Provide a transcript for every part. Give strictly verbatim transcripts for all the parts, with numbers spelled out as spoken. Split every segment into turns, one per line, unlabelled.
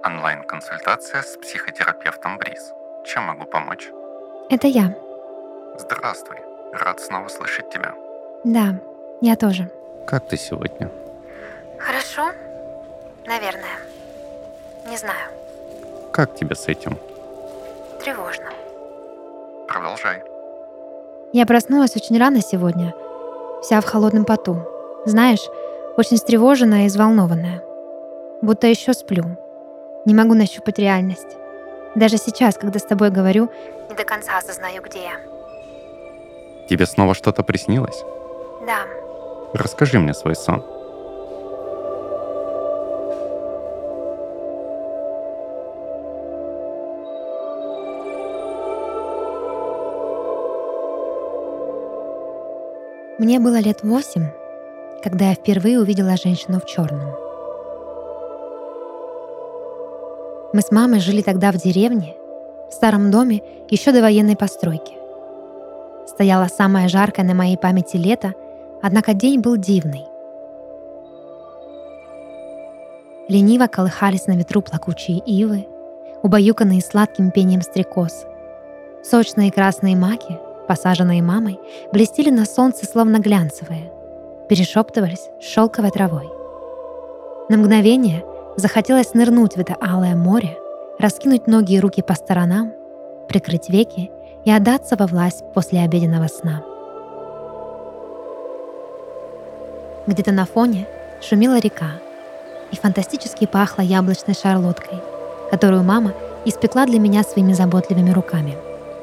Онлайн-консультация с психотерапевтом Бриз. Чем могу помочь?
Это я.
Здравствуй. Рад снова слышать тебя.
Да, я тоже.
Как ты сегодня?
Хорошо? Наверное. Не знаю.
Как тебе с этим?
Тревожно.
Продолжай.
Я проснулась очень рано сегодня, вся в холодном поту. Знаешь, очень встревоженная и взволнованная. Будто еще сплю. Не могу нащупать реальность. Даже сейчас, когда с тобой говорю, не до конца осознаю, где я.
Тебе снова что-то приснилось?
Да.
Расскажи мне свой сон.
Мне было лет восемь, когда я впервые увидела женщину в черном. Мы с мамой жили тогда в деревне, в старом доме еще до военной постройки. Стояло самое жаркое на моей памяти лето, однако день был дивный. Лениво колыхались на ветру плакучие ивы, убаюканные сладким пением стрекоз. Сочные красные маки, посаженные мамой, блестели на солнце словно глянцевые, перешептывались с шелковой травой. На мгновение захотелось нырнуть в это алое море, раскинуть ноги и руки по сторонам, прикрыть веки и отдаться во власть послеобеденного сна. Где-то на фоне шумела река и фантастически пахло яблочной шарлоткой, которую мама испекла для меня своими заботливыми руками.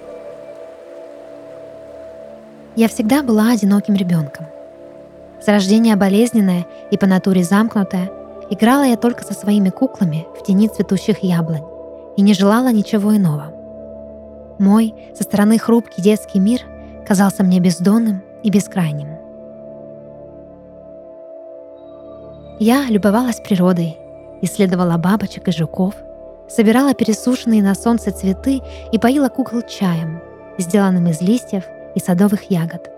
Я всегда была одиноким ребенком. С рождения болезненная и по натуре замкнутая, играла я только со своими куклами в тени цветущих яблонь и не желала ничего иного. Мой, со стороны хрупкий детский мир казался мне бездонным и бескрайним. Я любовалась природой, исследовала бабочек и жуков, собирала пересушенные на солнце цветы и поила кукол чаем, сделанным из листьев и садовых ягод.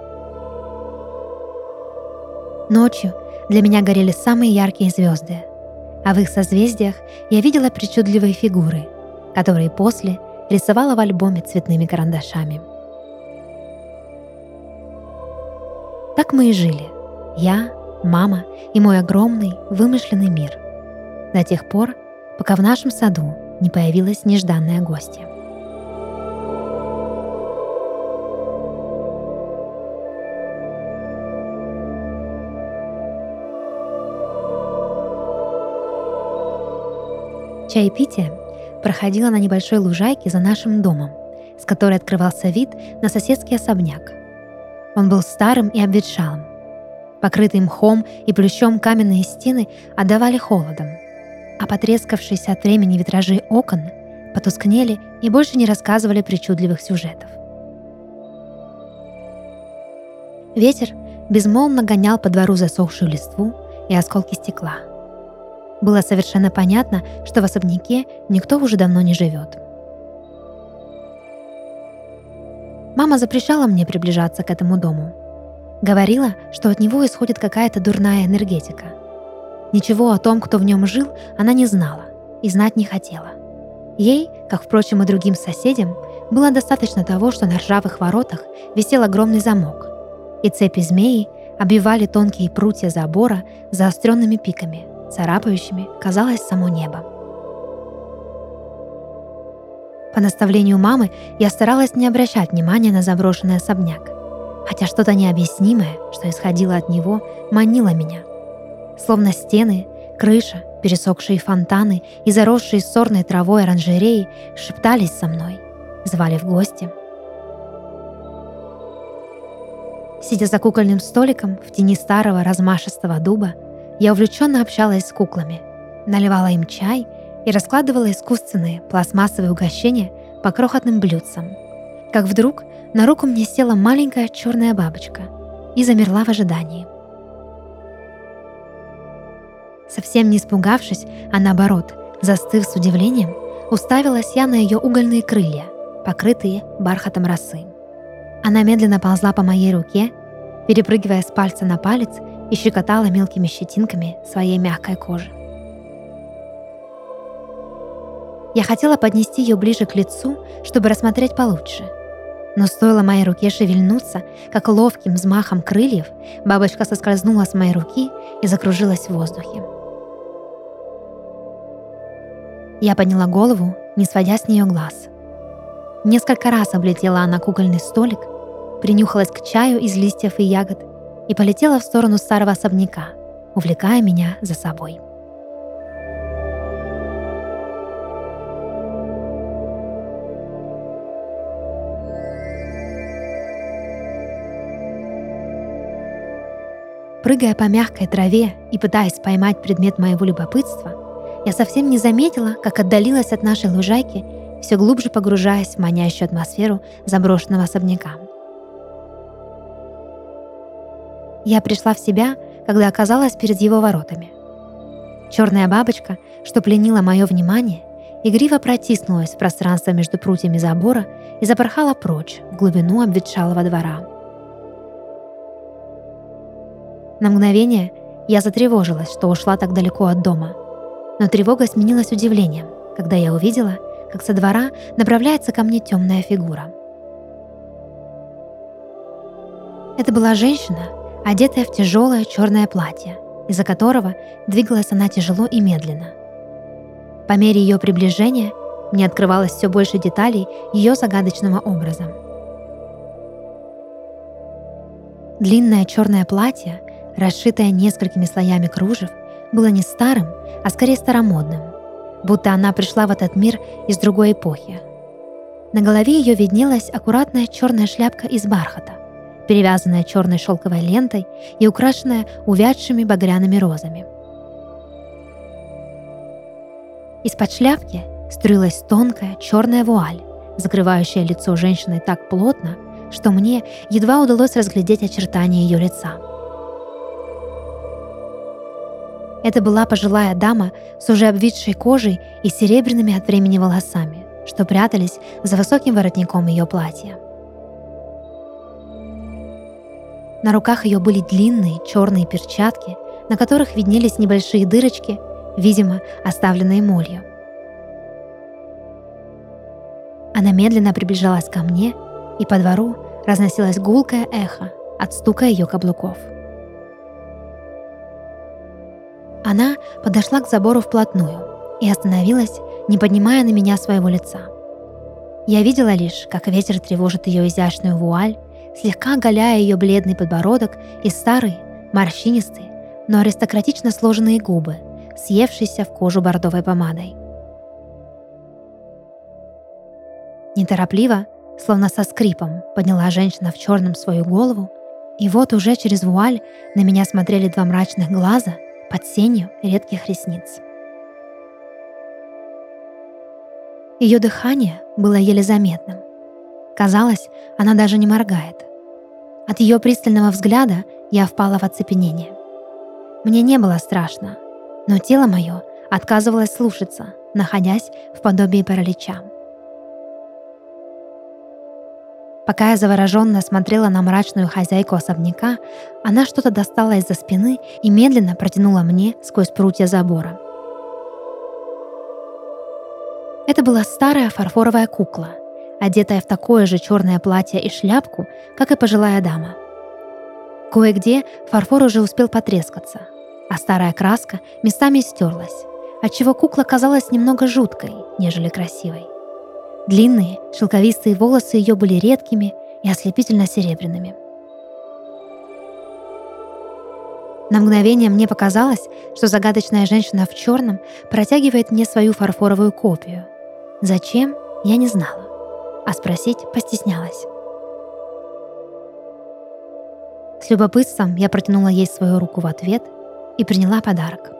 Ночью для меня горели самые яркие звезды, а в их созвездиях я видела причудливые фигуры, которые после рисовала в альбоме цветными карандашами. Так мы и жили. Я, мама и мой огромный вымышленный мир. До тех пор, пока в нашем саду не появилась нежданная гостья. Чаепитие проходило на небольшой лужайке за нашим домом, с которой открывался вид на соседский особняк. Он был старым и обветшалым. Покрытые мхом и плющом каменные стены отдавали холодом, а потрескавшиеся от времени витражи окон потускнели и больше не рассказывали причудливых сюжетов. Ветер безмолвно гонял по двору засохшую листву и осколки стекла. Было совершенно понятно, что в особняке никто уже давно не живет. Мама запрещала мне приближаться к этому дому. Говорила, что от него исходит какая-то дурная энергетика. Ничего о том, кто в нем жил, она не знала и знать не хотела. Ей, как, впрочем, и другим соседям, было достаточно того, что на ржавых воротах висел огромный замок, и цепи змеи обвивали тонкие прутья забора с заостренными пиками, царапающими, казалось, само небо. По наставлению мамы я старалась не обращать внимания на заброшенный особняк, хотя что-то необъяснимое, что исходило от него, манило меня. Словно стены, крыша, пересохшие фонтаны и заросшие сорной травой оранжереи шептались со мной, звали в гости. Сидя за кукольным столиком в тени старого размашистого дуба, я увлеченно общалась с куклами, наливала им чай и раскладывала искусственные пластмассовые угощения по крохотным блюдцам. Как вдруг на руку мне села маленькая черная бабочка и замерла в ожидании. Совсем не испугавшись, а наоборот, застыв с удивлением, уставилась я на ее угольные крылья, покрытые бархатом росы. Она медленно ползла по моей руке, перепрыгивая с пальца на палец и щекотала мелкими щетинками своей мягкой кожи. Я хотела поднести ее ближе к лицу, чтобы рассмотреть получше. Но стоило моей руке шевельнуться, как ловким взмахом крыльев бабочка соскользнула с моей руки и закружилась в воздухе. Я подняла голову, не сводя с нее глаз. Несколько раз облетела она кукольный столик, принюхалась к чаю из листьев и ягод и полетела в сторону старого особняка, увлекая меня за собой. Прыгая по мягкой траве и пытаясь поймать предмет моего любопытства, я совсем не заметила, как отдалилась от нашей лужайки, все глубже погружаясь в манящую атмосферу заброшенного особняка. Я пришла в себя, когда оказалась перед его воротами. Черная бабочка, что пленила мое внимание, игриво протиснулась в пространство между прутьями забора и запорхала прочь в глубину обветшалого двора. На мгновение я затревожилась, что ушла так далеко от дома, но тревога сменилась удивлением, когда я увидела, как со двора направляется ко мне темная фигура. Это была женщина, одетая в тяжелое черное платье, из-за которого двигалась она тяжело и медленно. По мере ее приближения мне открывалось все больше деталей ее загадочного образа. Длинное черное платье, расшитое несколькими слоями кружев, было не старым, а скорее старомодным, будто она пришла в этот мир из другой эпохи. На голове ее виднелась аккуратная черная шляпка из бархата, перевязанная черной шелковой лентой и украшенная увядшими багряными розами. Из-под шляпки струилась тонкая черная вуаль, закрывающая лицо женщины так плотно, что мне едва удалось разглядеть очертания ее лица. Это была пожилая дама с уже обвисшей кожей и серебряными от времени волосами, что прятались за высоким воротником ее платья. На руках ее были длинные черные перчатки, на которых виднелись небольшие дырочки, видимо, оставленные молью. Она медленно приближалась ко мне, и по двору разносилось гулкое эхо от стука ее каблуков. Она подошла к забору вплотную и остановилась, не поднимая на меня своего лица. Я видела лишь, как ветер тревожит ее изящную вуаль, слегка оголяя ее бледный подбородок и старые, морщинистые, но аристократично сложенные губы, съевшиеся в кожу бордовой помадой. Неторопливо, словно со скрипом, подняла женщина в черном свою голову, и вот уже через вуаль на меня смотрели два мрачных глаза под сенью редких ресниц. Ее дыхание было еле заметным. Казалось, она даже не моргает. От ее пристального взгляда я впала в оцепенение. Мне не было страшно, но тело мое отказывалось слушаться, находясь в подобии паралича. Пока я завороженно смотрела на мрачную хозяйку особняка, она что-то достала из-за спины и медленно протянула мне сквозь прутья забора. Это была старая фарфоровая кукла, одетая в такое же черное платье и шляпку, как и пожилая дама. Кое-где фарфор уже успел потрескаться, а старая краска местами стерлась, отчего кукла казалась немного жуткой, нежели красивой. Длинные, шелковистые волосы ее были редкими и ослепительно серебряными. На мгновение мне показалось, что загадочная женщина в черном протягивает мне свою фарфоровую копию. Зачем, я не знала, а спросить постеснялась. С любопытством я протянула ей свою руку в ответ и приняла подарок.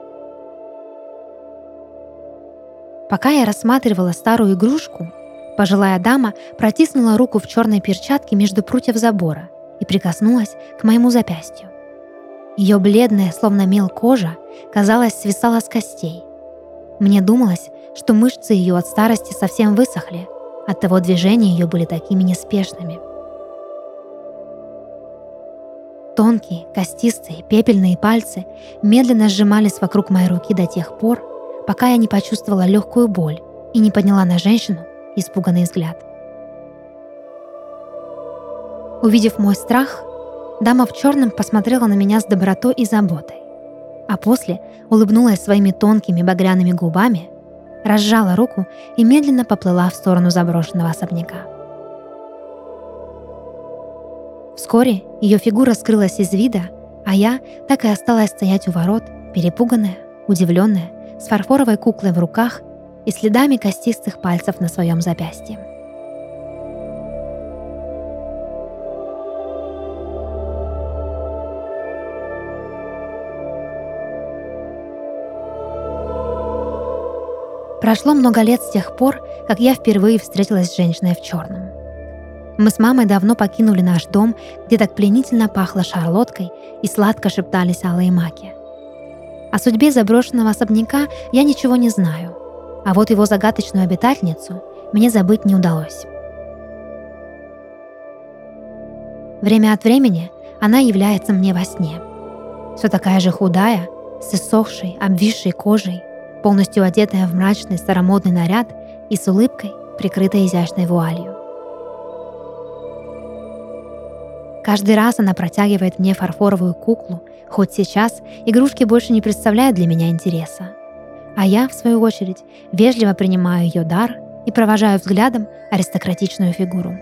Пока я рассматривала старую игрушку, пожилая дама протиснула руку в черной перчатке между прутьев забора и прикоснулась к моему запястью. Ее бледная, словно мел кожа, казалось, свисала с костей. Мне думалось, что мышцы ее от старости совсем высохли, оттого движения ее были такими неспешными. Тонкие, костистые, пепельные пальцы медленно сжимались вокруг моей руки до тех пор, пока я не почувствовала легкую боль, и не подняла на женщину испуганный взгляд. Увидев мой страх, дама в черном посмотрела на меня с добротой и заботой, а после улыбнулась своими тонкими багряными губами, разжала руку и медленно поплыла в сторону заброшенного особняка. Вскоре ее фигура скрылась из вида, а я так и осталась стоять у ворот, перепуганная, удивленная, с фарфоровой куклой в руках и следами костистых пальцев на своем запястье. Прошло много лет с тех пор, как я впервые встретилась с женщиной в черном. Мы с мамой давно покинули наш дом, где так пленительно пахло шарлоткой и сладко шептались алые маки. О судьбе заброшенного особняка я ничего не знаю, а вот его загадочную обитательницу мне забыть не удалось. Время от времени она является мне во сне. Все такая же худая, с иссохшей, обвисшей кожей, полностью одетая в мрачный старомодный наряд и с улыбкой, прикрытой изящной вуалью. Каждый раз она протягивает мне фарфоровую куклу, хоть сейчас игрушки больше не представляют для меня интереса. А я, в свою очередь, вежливо принимаю ее дар и провожаю взглядом аристократичную фигуру.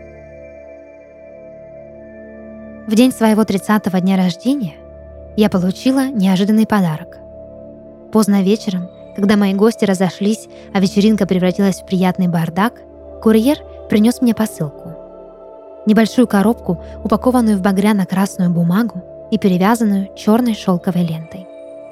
В день своего тридцатого дня рождения я получила неожиданный подарок. Поздно вечером, когда мои гости разошлись, а вечеринка превратилась в приятный бардак, курьер принес мне посылку. Небольшую коробку, упакованную в багряно-красную бумагу и перевязанную черной шелковой лентой.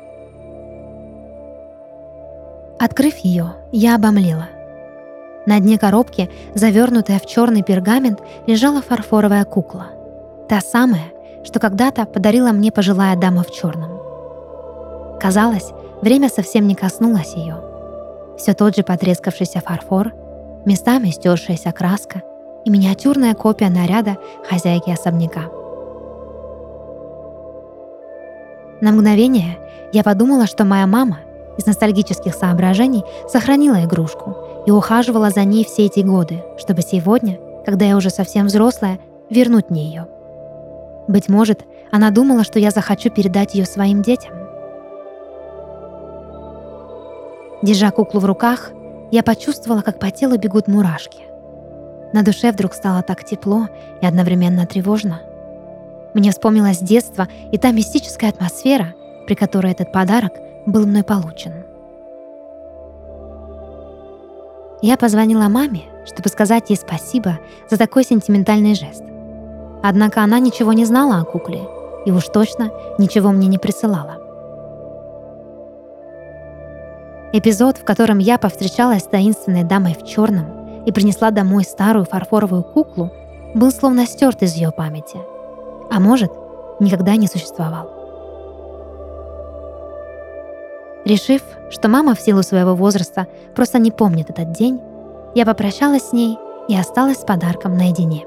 Открыв ее, я обомлела. На дне коробки, завернутая в черный пергамент, лежала фарфоровая кукла. Та самая, что когда-то подарила мне пожилая дама в черном. Казалось, время совсем не коснулось ее. Все тот же потрескавшийся фарфор, местами стершаяся краска и миниатюрная копия наряда хозяйки особняка. На мгновение я подумала, что моя мама из ностальгических соображений сохранила игрушку и ухаживала за ней все эти годы, чтобы сегодня, когда я уже совсем взрослая, вернуть мне ее. Быть может, она думала, что я захочу передать ее своим детям. Держа куклу в руках, я почувствовала, как по телу бегут мурашки. На душе вдруг стало так тепло и одновременно тревожно. Мне вспомнилось детство и та мистическая атмосфера, при которой этот подарок был мной получен. Я позвонила маме, чтобы сказать ей спасибо за такой сентиментальный жест. Однако она ничего не знала о кукле и уж точно ничего мне не присылала. Эпизод, в котором я повстречалась с таинственной дамой в черном и принесла домой старую фарфоровую куклу, был словно стерт из ее памяти. А может, никогда не существовал. Решив, что мама в силу своего возраста просто не помнит этот день, я попрощалась с ней и осталась с подарком наедине.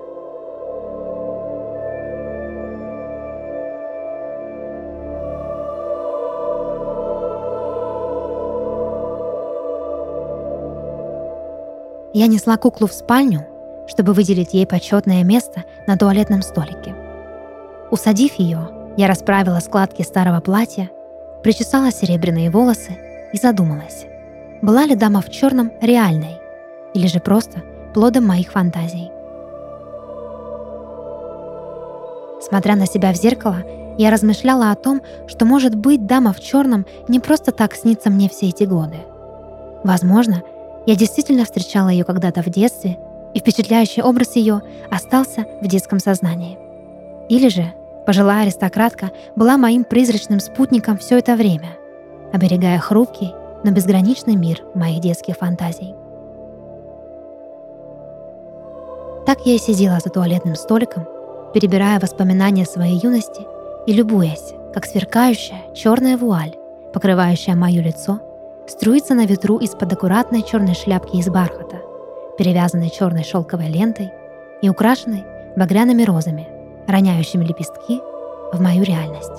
Я несла куклу в спальню, чтобы выделить ей почетное место на туалетном столике. Усадив ее, я расправила складки старого платья, причесала серебряные волосы и задумалась, была ли дама в черном реальной или же просто плодом моих фантазий. Смотря на себя в зеркало, я размышляла о том, что, может быть, дама в черном не просто так снится мне все эти годы. Возможно, я действительно встречала ее когда-то в детстве, и впечатляющий образ ее остался в детском сознании. Или же пожилая аристократка была моим призрачным спутником все это время, оберегая хрупкий, но безграничный мир моих детских фантазий. Так я и сидела за туалетным столиком, перебирая воспоминания своей юности и любуясь, как сверкающая черная вуаль, покрывающая мое лицо, струится на ветру из-под аккуратной черной шляпки из бархата, перевязанной черной шелковой лентой и украшенной багряными розами, роняющими лепестки в мою реальность.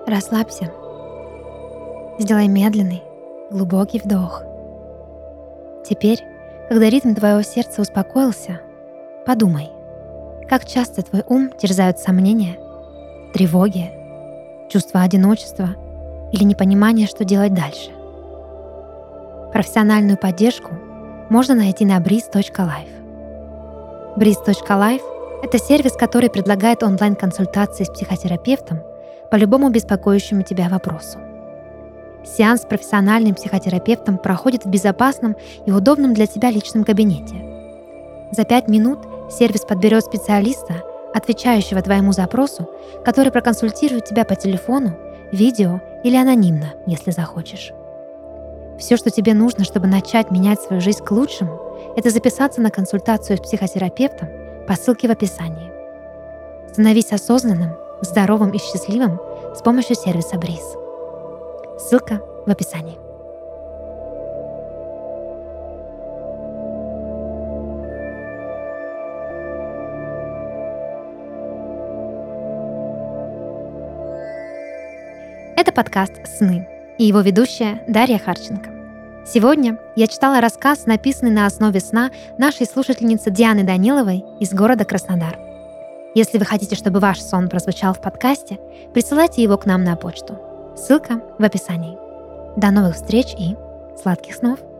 Расслабься. Сделай медленный, глубокий вдох. Теперь, когда ритм твоего сердца успокоился, подумай, как часто твой ум терзают сомнения, тревоги, чувство одиночества или непонимание, что делать дальше. Профессиональную поддержку можно найти на бриз точка лайф. бриз точка лайф — это сервис, который предлагает онлайн-консультации с психотерапевтом по любому беспокоящему тебя вопросу. Сеанс с профессиональным психотерапевтом проходит в безопасном и удобном для тебя личном кабинете. За пять минут сервис подберет специалиста, отвечающего твоему запросу, который проконсультирует тебя по телефону, видео или анонимно, если захочешь. Все, что тебе нужно, чтобы начать менять свою жизнь к лучшему, это записаться на консультацию с психотерапевтом по ссылке в описании. Становись осознанным, здоровым и счастливым с помощью сервиса бриз. Ссылка в описании. Это подкаст «Сны» и его ведущая Дарья Харченко. Сегодня я читала рассказ, написанный на основе сна нашей слушательницы Дианы Даниловой из города Краснодар. Если вы хотите, чтобы ваш сон прозвучал в подкасте, присылайте его к нам на почту. Ссылка в описании. До новых встреч и сладких снов!